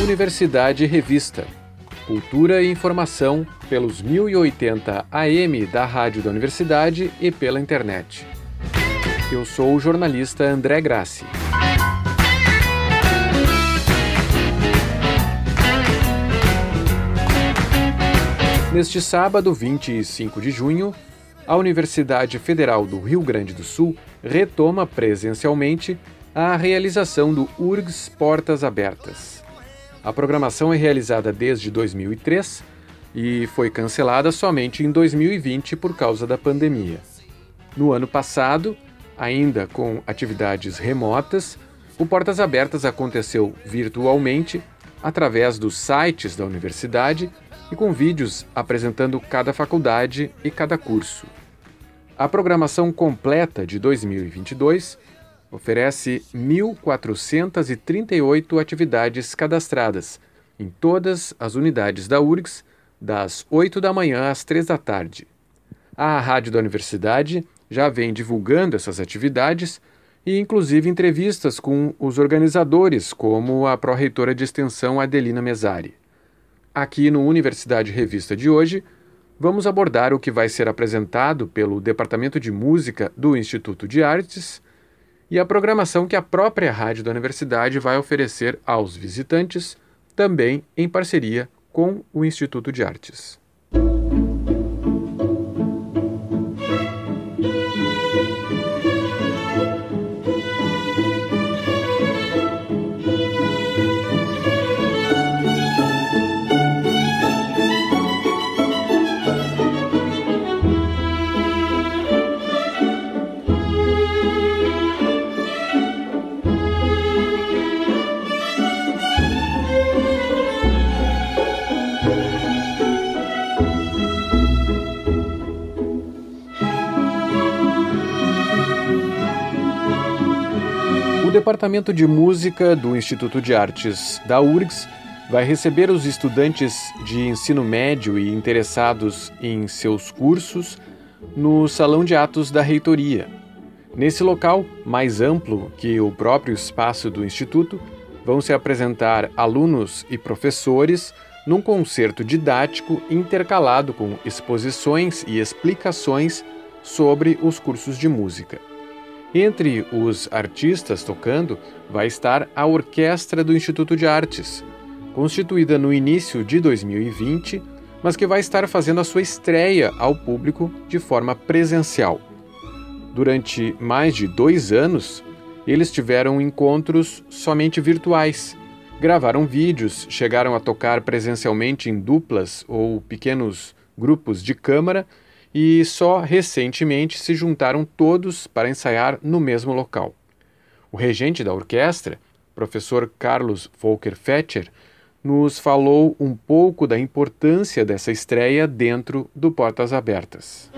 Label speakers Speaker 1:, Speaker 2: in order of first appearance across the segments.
Speaker 1: Universidade Revista. Cultura e informação pelos 1080 AM da Rádio da Universidade e pela internet. Eu sou o jornalista André Grassi. Neste sábado, 25 de junho, a Universidade Federal do Rio Grande do Sul retoma presencialmente a realização do URGS Portas Abertas. A programação é realizada desde 2003 e foi cancelada somente em 2020 por causa da pandemia. No ano passado, ainda com atividades remotas, o Portas Abertas aconteceu virtualmente através dos sites da universidade e com vídeos apresentando cada faculdade e cada curso. A programação completa de 2022 oferece 1.438 atividades cadastradas em todas as unidades da URGS, das 8 da manhã às 3 da tarde. A Rádio da Universidade já vem divulgando essas atividades e inclusive entrevistas com os organizadores, como a pró-reitora de extensão Adelina Mesari. Aqui no Universidade Revista de hoje, vamos abordar o que vai ser apresentado pelo Departamento de Música do Instituto de Artes e a programação que a própria Rádio da Universidade vai oferecer aos visitantes, também em parceria com o Instituto de Artes. O Departamento de Música do Instituto de Artes da URGS vai receber os estudantes de ensino médio e interessados em seus cursos no Salão de Atos da Reitoria. Nesse local, mais amplo que o próprio espaço do Instituto, vão se apresentar alunos e professores num concerto didático intercalado com exposições e explicações sobre os cursos de música. Entre os artistas tocando vai estar a Orquestra do Instituto de Artes, constituída no início de 2020, mas que vai estar fazendo a sua estreia ao público de forma presencial. Durante mais de 2 anos, eles tiveram encontros somente virtuais, gravaram vídeos, chegaram a tocar presencialmente em duplas ou pequenos grupos de câmara e só recentemente se juntaram todos para ensaiar no mesmo local. O regente da orquestra, professor Carlos Volker Fetcher, nos falou um pouco da importância dessa estreia dentro do Portas Abertas.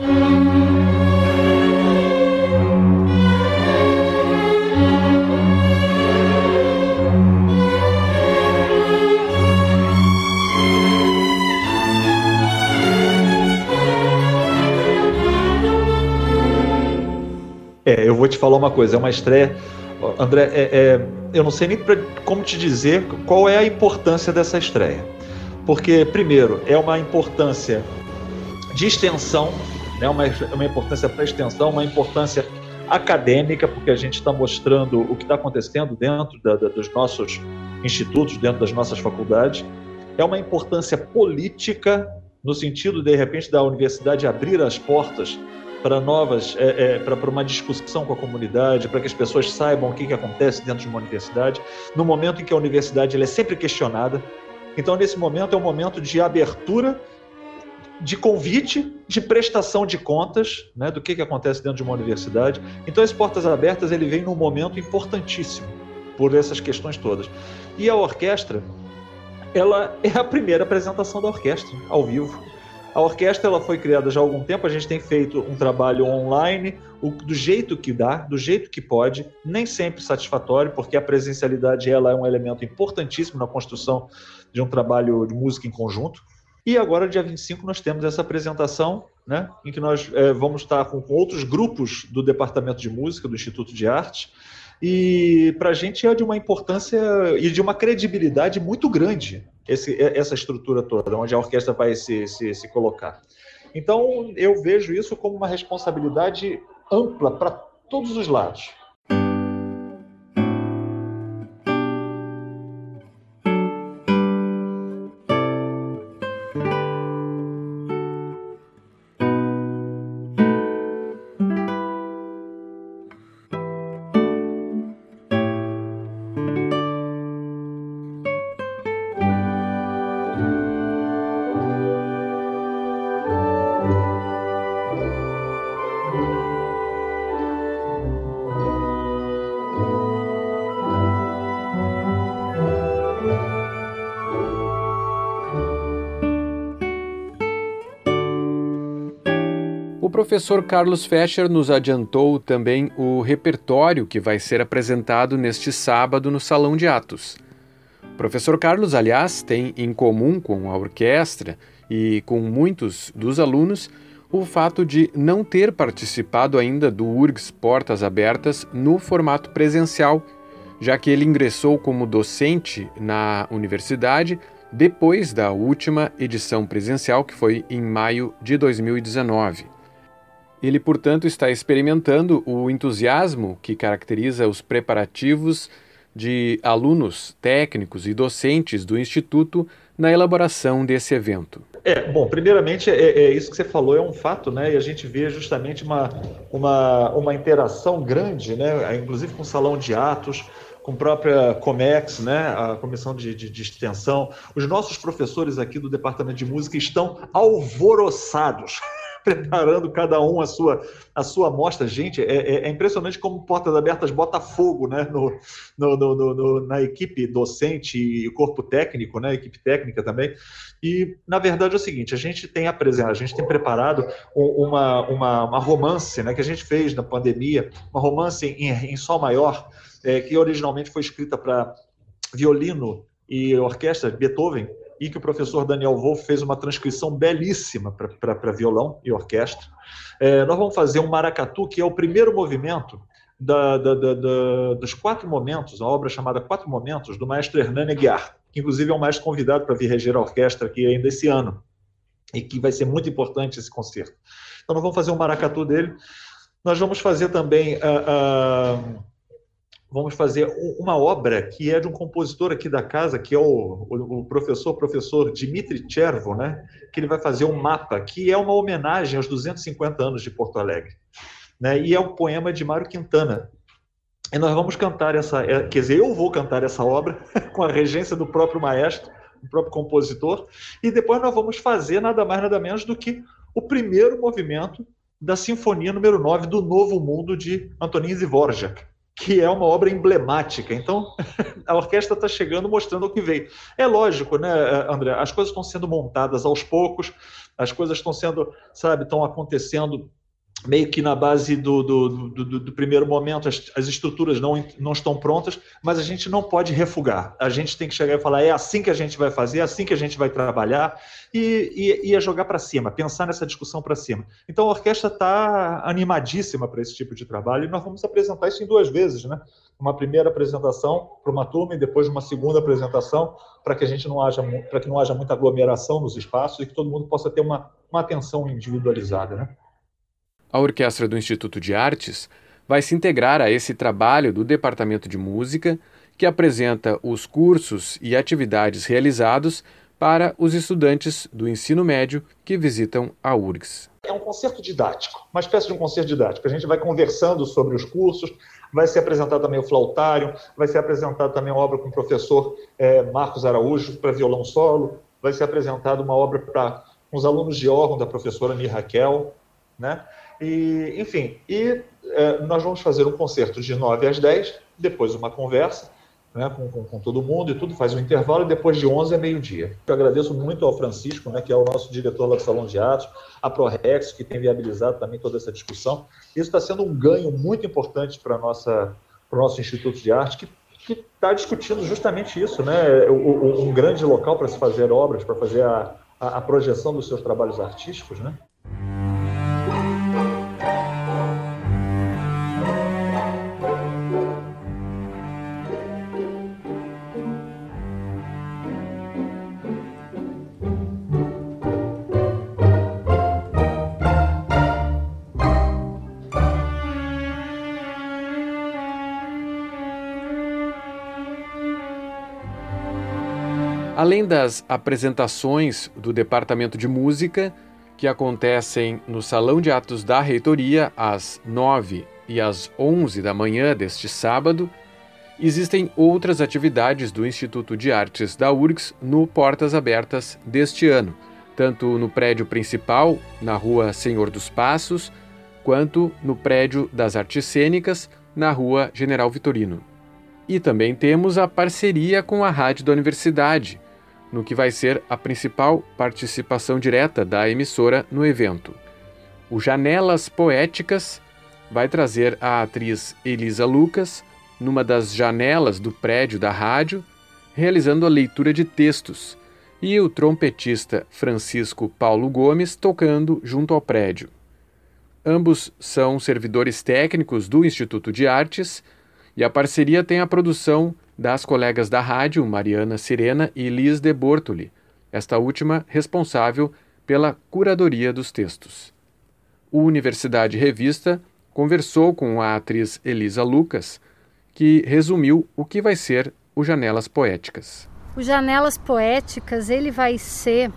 Speaker 2: Eu vou te falar uma coisa, é uma estreia, André, eu não sei nem como te dizer qual é a importância dessa estreia, porque, primeiro, é uma importância de extensão, né, uma importância para extensão, uma importância acadêmica, porque a gente está mostrando o que está acontecendo dentro dos nossos institutos, dentro das nossas faculdades, é uma importância política, no sentido, de repente, da universidade abrir as portas para para uma discussão com a comunidade, para que as pessoas saibam o que acontece dentro de uma universidade, no momento em que a universidade ela é sempre questionada. Então, nesse momento, é um momento de abertura, de convite, de prestação de contas, né, do que acontece dentro de uma universidade. Então, as Portas Abertas ele vem num momento importantíssimo, por essas questões todas. E a orquestra, ela é a primeira apresentação da orquestra, ao vivo. A orquestra ela foi criada já há algum tempo, a gente tem feito um trabalho online, do jeito que dá, do jeito que pode, nem sempre satisfatório, porque a presencialidade ela é um elemento importantíssimo na construção de um trabalho de música em conjunto. E agora, dia 25, nós temos essa apresentação, né, em que nós vamos estar com outros grupos do Departamento de Música, do Instituto de Arte, e para a gente é de uma importância e de uma credibilidade muito grande essa estrutura toda, onde a orquestra vai se colocar. Então, eu vejo isso como uma responsabilidade ampla para todos os lados.
Speaker 1: O professor Carlos Fescher nos adiantou também o repertório que vai ser apresentado neste sábado no Salão de Atos. O professor Carlos, aliás, tem em comum com a orquestra e com muitos dos alunos o fato de não ter participado ainda do URGS Portas Abertas no formato presencial, já que ele ingressou como docente na universidade depois da última edição presencial, que foi em maio de 2019. Ele, portanto, está experimentando o entusiasmo que caracteriza os preparativos de alunos técnicos e docentes do Instituto na elaboração desse evento.
Speaker 2: Bom, primeiramente, é isso que você falou, é um fato, né? E a gente vê justamente uma interação grande, né? Inclusive com o Salão de Atos, com a própria Comex, né? A Comissão de Extensão. Os nossos professores aqui do Departamento de Música estão alvoroçados, preparando cada um a sua amostra. Gente, é impressionante como Portas Abertas bota fogo, né, na equipe docente e corpo técnico, né, equipe técnica também. E, na verdade, é o seguinte, a gente tem preparado uma romance, né, que a gente fez na pandemia, uma romance em sol maior, que originalmente foi escrita para violino e orquestra de Beethoven, e que o professor Daniel Wolff fez uma transcrição belíssima para violão e orquestra. Nós vamos fazer um maracatu, que é o primeiro movimento dos 4 momentos, uma obra chamada 4 Momentos, do maestro Hernán Aguiar, que inclusive é um maestro convidado para vir reger a orquestra aqui ainda esse ano, e que vai ser muito importante esse concerto. Então nós vamos fazer um maracatu dele. Nós vamos fazer também vamos fazer uma obra que é de um compositor aqui da casa, que é o professor Dmitry Chervo, né? Que ele vai fazer um mapa, que é uma homenagem aos 250 anos de Porto Alegre, né? E é um poema de Mário Quintana. E nós vamos cantar eu vou cantar essa obra com a regência do próprio maestro, do próprio compositor, e depois nós vamos fazer nada mais, nada menos do que o primeiro movimento da Sinfonia número 9 do Novo Mundo de Antonín Dvorak, que é uma obra emblemática. Então, a orquestra está chegando mostrando o que veio. É lógico, né, André? As coisas estão sendo montadas aos poucos, as coisas estão acontecendo meio que na base do primeiro momento, as estruturas não estão prontas, mas a gente não pode refugar. A gente tem que chegar e falar, é assim que a gente vai fazer, é assim que a gente vai trabalhar, e é jogar para cima, pensar nessa discussão para cima. Então a orquestra está animadíssima para esse tipo de trabalho, e nós vamos apresentar isso em 2 vezes, né? Uma primeira apresentação para uma turma e depois uma segunda apresentação, para que não haja muita aglomeração nos espaços e que todo mundo possa ter uma atenção individualizada, né?
Speaker 1: A Orquestra do Instituto de Artes vai se integrar a esse trabalho do Departamento de Música, que apresenta os cursos e atividades realizados para os estudantes do ensino médio que visitam a URGS.
Speaker 2: É um concerto didático, uma espécie de um concerto didático. A gente vai conversando sobre os cursos, vai ser apresentado também o flautário, vai ser apresentado também uma obra com o professor Marcos Araújo para violão solo, vai ser apresentada uma obra para os alunos de órgão da professora Mir Raquel, né? E, enfim, nós vamos fazer um concerto de 9 às 10, depois uma conversa, né, com todo mundo e tudo, faz um intervalo, e depois de 11 a meio-dia. Eu agradeço muito ao Francisco, né, que é o nosso diretor lá do Salão de Atos, a ProRex, que tem viabilizado também toda essa discussão. Isso está sendo um ganho muito importante para o nosso Instituto de Arte, que está discutindo justamente isso, né, um grande local para se fazer obras, para fazer a projeção dos seus trabalhos artísticos, né?
Speaker 1: Além das apresentações do Departamento de Música, que acontecem no Salão de Atos da Reitoria às 9 e às 11 da manhã deste sábado, existem outras atividades do Instituto de Artes da URGS no Portas Abertas deste ano, tanto no prédio principal, na Rua Senhor dos Passos, quanto no prédio das Artes Cênicas, na Rua General Vitorino. E também temos a parceria com a Rádio da Universidade, no que vai ser a principal participação direta da emissora no evento. O Janelas Poéticas vai trazer a atriz Elisa Lucas numa das janelas do prédio da rádio, realizando a leitura de textos, e o trompetista Francisco Paulo Gomes tocando junto ao prédio. Ambos são servidores técnicos do Instituto de Artes, e a parceria tem a produção das colegas da rádio, Mariana Sirena e Liz de Bortoli, esta última responsável pela curadoria dos textos. O Universidade Revista conversou com a atriz Elisa Lucas, que resumiu o que vai ser o Janelas Poéticas.
Speaker 3: O Janelas Poéticas ele vai ser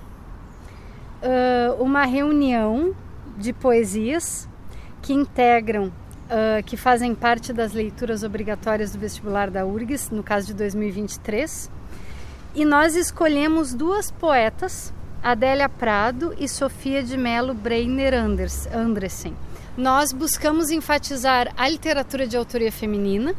Speaker 3: uma reunião de poesias que integram, que fazem parte das leituras obrigatórias do vestibular da URGS, no caso de 2023. E nós escolhemos duas poetas, Adélia Prado e Sofia de Mello Breiner Andressen. Nós buscamos enfatizar a literatura de autoria feminina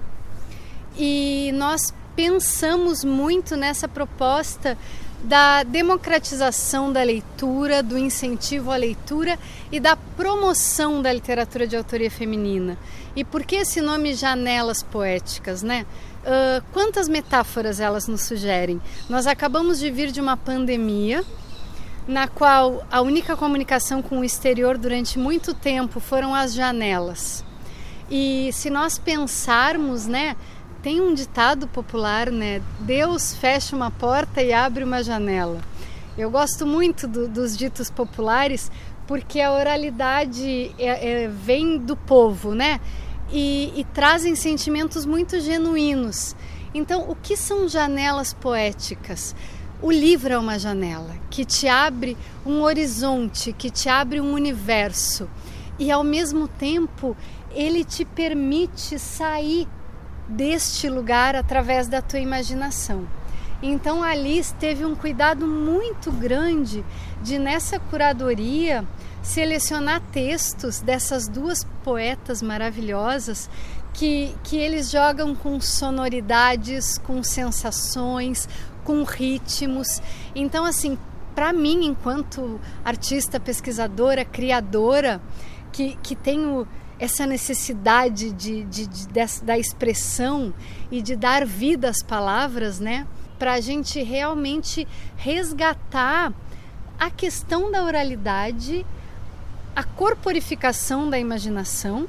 Speaker 3: e nós pensamos muito nessa proposta da democratização da leitura, do incentivo à leitura e da promoção da literatura de autoria feminina. E por que esse nome Janelas Poéticas, né? Quantas metáforas elas nos sugerem? Nós acabamos de vir de uma pandemia na qual a única comunicação com o exterior durante muito tempo foram as janelas. E se nós pensarmos, né, tem um ditado popular, né, Deus fecha uma porta e abre uma janela. Eu gosto muito dos ditos populares porque a oralidade vem do povo, né, e trazem sentimentos muito genuínos. Então, o que são janelas poéticas? O livro é uma janela que te abre um horizonte, que te abre um universo e ao mesmo tempo ele te permite sair deste lugar através da tua imaginação. Então a Liz teve um cuidado muito grande de nessa curadoria selecionar textos dessas duas poetas maravilhosas que eles jogam com sonoridades, com sensações, com ritmos. Então, assim, para mim, enquanto artista, pesquisadora, criadora, que tenho essa necessidade da expressão e de dar vida às palavras, né? Para a gente realmente resgatar a questão da oralidade, a corporificação da imaginação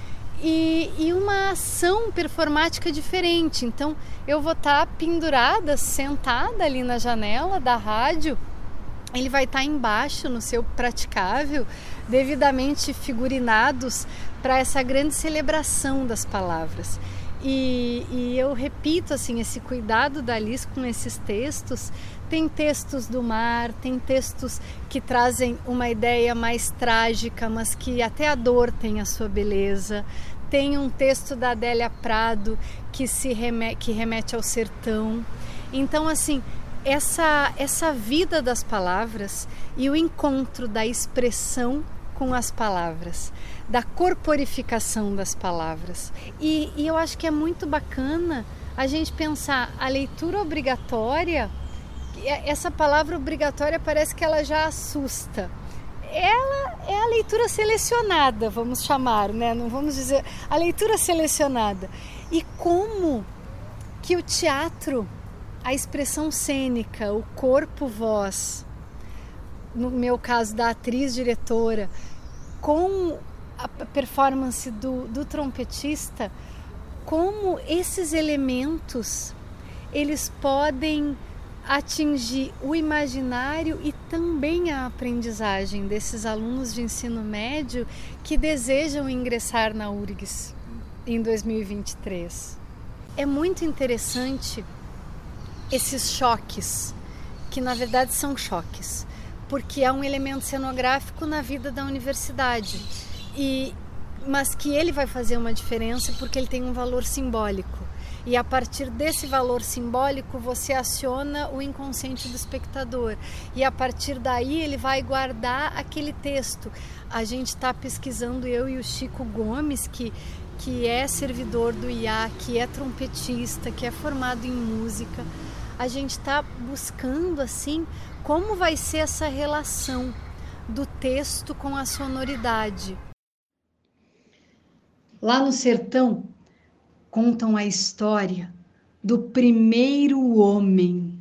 Speaker 3: e uma ação performática diferente. Então eu vou estar pendurada, sentada ali na janela da rádio, ele vai estar embaixo no seu praticável, devidamente figurinados para essa grande celebração das palavras. E eu repito assim, esse cuidado da Liz com esses textos. Tem textos do mar, tem textos que trazem uma ideia mais trágica, mas que até a dor tem a sua beleza. Tem um texto da Adélia Prado que remete ao sertão. Então, assim, essa vida das palavras e o encontro da expressão com as palavras, da corporificação das palavras. E eu acho que é muito bacana a gente pensar a leitura obrigatória. Essa palavra obrigatória parece que ela já assusta. Ela é a leitura selecionada, vamos chamar, né? Não vamos dizer a leitura selecionada. E como que o teatro, a expressão cênica, o corpo-voz, no meu caso da atriz-diretora, com a performance do trompetista, como esses elementos eles podem atingir o imaginário e também a aprendizagem desses alunos de ensino médio que desejam ingressar na URGS em 2023. É muito interessante esses choques que na verdade são choques, porque é um elemento cenográfico na vida da universidade, mas que ele vai fazer uma diferença porque ele tem um valor simbólico. E a partir desse valor simbólico você aciona o inconsciente do espectador. E a partir daí ele vai guardar aquele texto. A gente está pesquisando, eu e o Chico Gomes, que é servidor do IA, que é trompetista, que é formado em música. A gente está buscando assim como vai ser essa relação do texto com a sonoridade.
Speaker 4: Lá no sertão, contam a história do primeiro homem.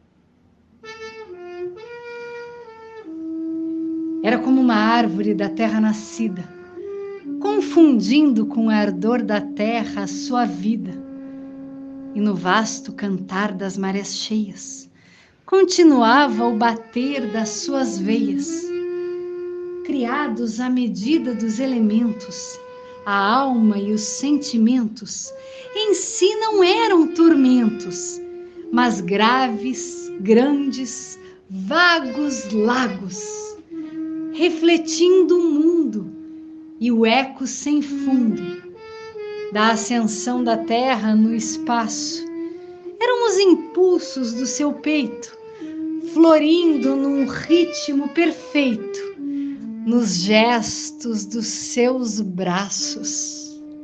Speaker 4: Era como uma árvore da terra nascida, confundindo com o ardor da terra a sua vida. E no vasto cantar das marés cheias, continuava o bater das suas veias. Criados à medida dos elementos, a alma e os sentimentos em si não eram tormentos, mas graves, grandes, vagos lagos, refletindo o mundo e o eco sem fundo da ascensão da terra no espaço. Eram os impulsos do seu peito, florindo num ritmo perfeito, nos gestos dos seus braços.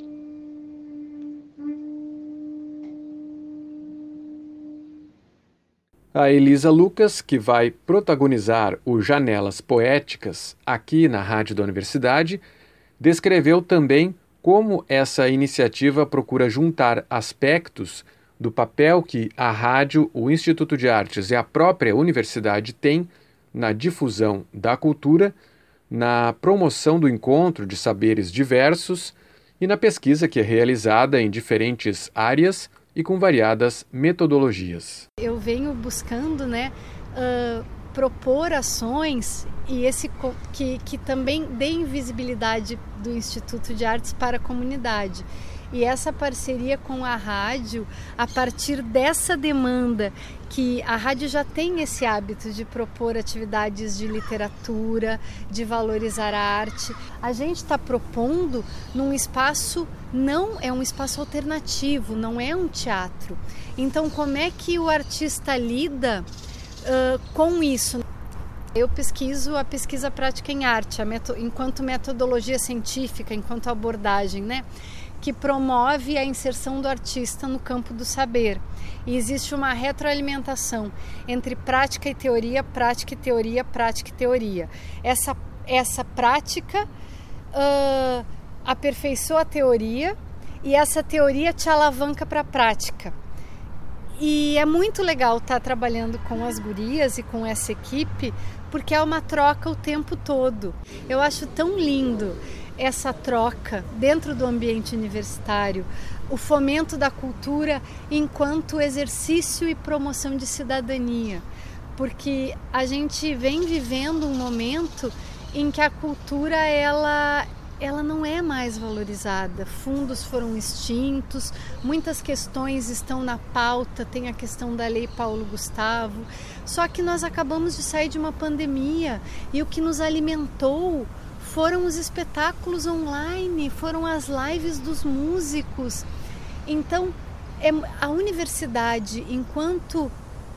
Speaker 1: A Elisa Lucas, que vai protagonizar o Janelas Poéticas aqui na Rádio da Universidade, descreveu também como essa iniciativa procura juntar aspectos do papel que a rádio, o Instituto de Artes e a própria universidade têm na difusão da cultura, na promoção do encontro de saberes diversos e na pesquisa que é realizada em diferentes áreas e com variadas metodologias.
Speaker 3: Eu venho buscando, propor ações e que também deem visibilidade do Instituto de Artes para a comunidade. E essa parceria com a rádio, a partir dessa demanda, que a rádio já tem esse hábito de propor atividades de literatura, de valorizar a arte, a gente está propondo num espaço, não é um espaço alternativo, não é um teatro. Então, como é que o artista lida com isso? Eu pesquiso a pesquisa prática em arte, enquanto metodologia científica, enquanto abordagem, que promove a inserção do artista no campo do saber. E existe uma retroalimentação entre prática e teoria, prática e teoria, prática e teoria. Essa prática aperfeiçoa a teoria e essa teoria te alavanca para a prática. E é muito legal estar trabalhando com as gurias e com essa equipe, porque é uma troca o tempo todo. Eu acho tão lindo essa troca dentro do ambiente universitário, o fomento da cultura enquanto exercício e promoção de cidadania, porque a gente vem vivendo um momento em que a cultura ela não é mais valorizada, fundos foram extintos, muitas questões estão na pauta, tem a questão da Lei Paulo Gustavo, só que nós acabamos de sair de uma pandemia e o que nos alimentou foram os espetáculos online, foram as lives dos músicos. Então, a universidade, enquanto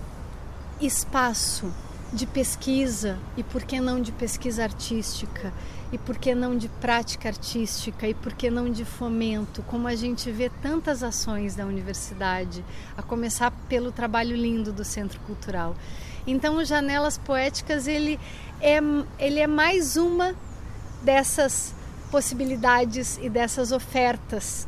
Speaker 3: espaço de pesquisa, e por que não de pesquisa artística, e por que não de prática artística, e por que não de fomento, como a gente vê tantas ações da universidade, a começar pelo trabalho lindo do Centro Cultural. Então, o Janelas Poéticas, ele é mais uma dessas possibilidades e dessas ofertas.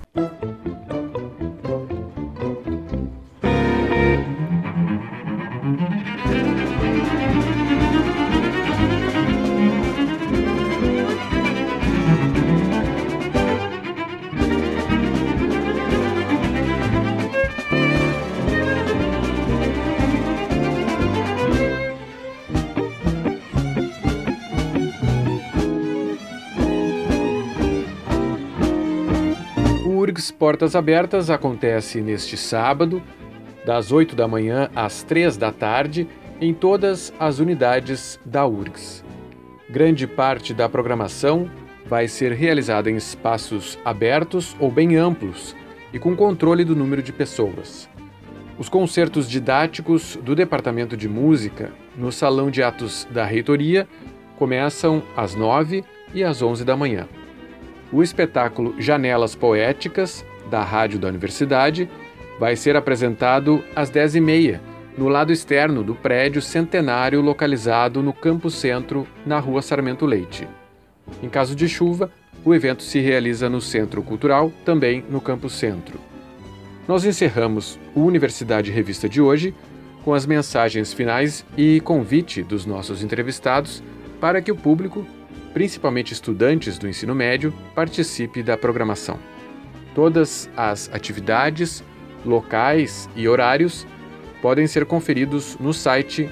Speaker 1: Portas Abertas acontece neste sábado, das 8 da manhã às 3 da tarde, em todas as unidades da URGS. Grande parte da programação vai ser realizada em espaços abertos ou bem amplos e com controle do número de pessoas. Os concertos didáticos do Departamento de Música no Salão de Atos da Reitoria começam às 9 e às 11 da manhã. O espetáculo Janelas Poéticas, da Rádio da Universidade, vai ser apresentado às 10h30, no lado externo do prédio centenário localizado no Campo Centro, na Rua Sarmento Leite. Em caso de chuva, o evento se realiza no Centro Cultural, também no Campo Centro. Nós encerramos o Universidade Revista de hoje com as mensagens finais e convite dos nossos entrevistados para que o público, principalmente estudantes do ensino médio, participe da programação. Todas as atividades, locais e horários podem ser conferidos no site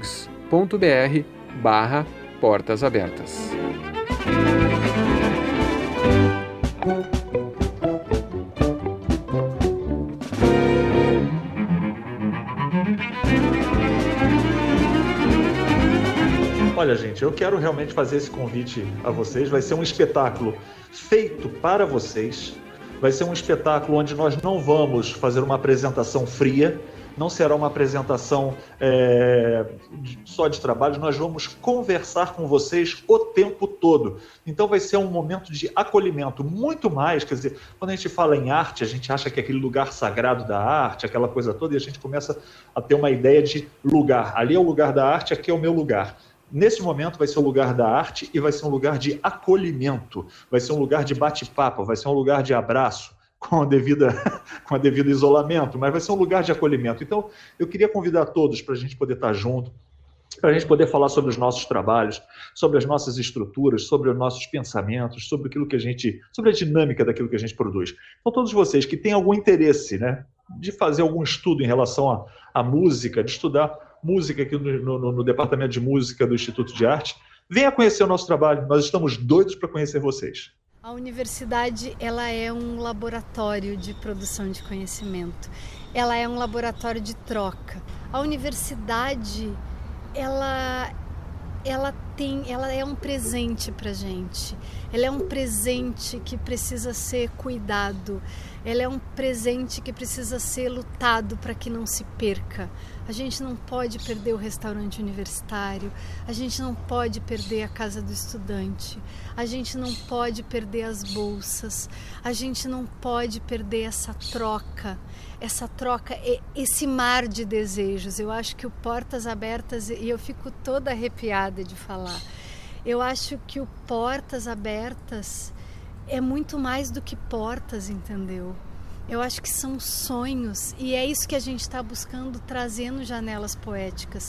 Speaker 1: urgs.br/portas abertas.
Speaker 2: Olha, gente, eu quero realmente fazer esse convite a vocês. Vai ser um espetáculo feito para vocês. Vai ser um espetáculo onde nós não vamos fazer uma apresentação fria, não será uma apresentação só de trabalho, nós vamos conversar com vocês o tempo todo. Então vai ser um momento de acolhimento, muito mais, quer dizer, quando a gente fala em arte, a gente acha que é aquele lugar sagrado da arte, aquela coisa toda, e a gente começa a ter uma ideia de lugar. Ali é o lugar da arte, aqui é o meu lugar. Nesse momento vai ser um lugar da arte e vai ser um lugar de acolhimento, vai ser um lugar de bate-papo, vai ser um lugar de abraço, com a devida isolamento, mas vai ser um lugar de acolhimento. Então, eu queria convidar todos para a gente poder estar junto, para a gente poder falar sobre os nossos trabalhos, sobre as nossas estruturas, sobre os nossos pensamentos, sobre aquilo que sobre a dinâmica daquilo que a gente produz. Então, todos vocês que têm algum interesse, né, de fazer algum estudo em relação à música, de estudar música aqui no Departamento de Música do Instituto de Arte, venha conhecer o nosso trabalho. Nós estamos doidos para conhecer vocês.
Speaker 3: A universidade, ela é um laboratório de produção de conhecimento. Ela é um laboratório de troca. A universidade, ela é um presente para a gente. Ela é um presente que precisa ser cuidado. Ela é um presente que precisa ser lutado para que não se perca. A gente não pode perder o restaurante universitário, a gente não pode perder a casa do estudante, a gente não pode perder as bolsas, a gente não pode perder essa troca, esse mar de desejos. Eu acho que o Portas Abertas, e eu fico toda arrepiada de falar, eu acho que o Portas Abertas é muito mais do que portas, entendeu? Eu acho que são sonhos e é isso que a gente está buscando trazer no Janelas Poéticas.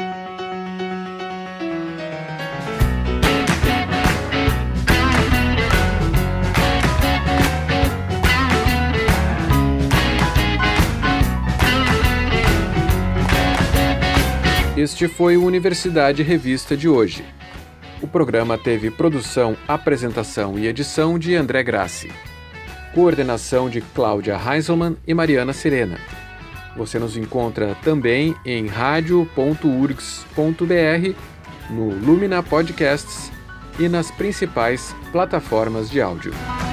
Speaker 1: Este foi o Universidade Revista de hoje. O programa teve produção, apresentação e edição de André Grassi. Coordenação de Cláudia Heiselmann e Mariana Serena. Você nos encontra também em radio.urgs.br, no Lumina Podcasts e nas principais plataformas de áudio.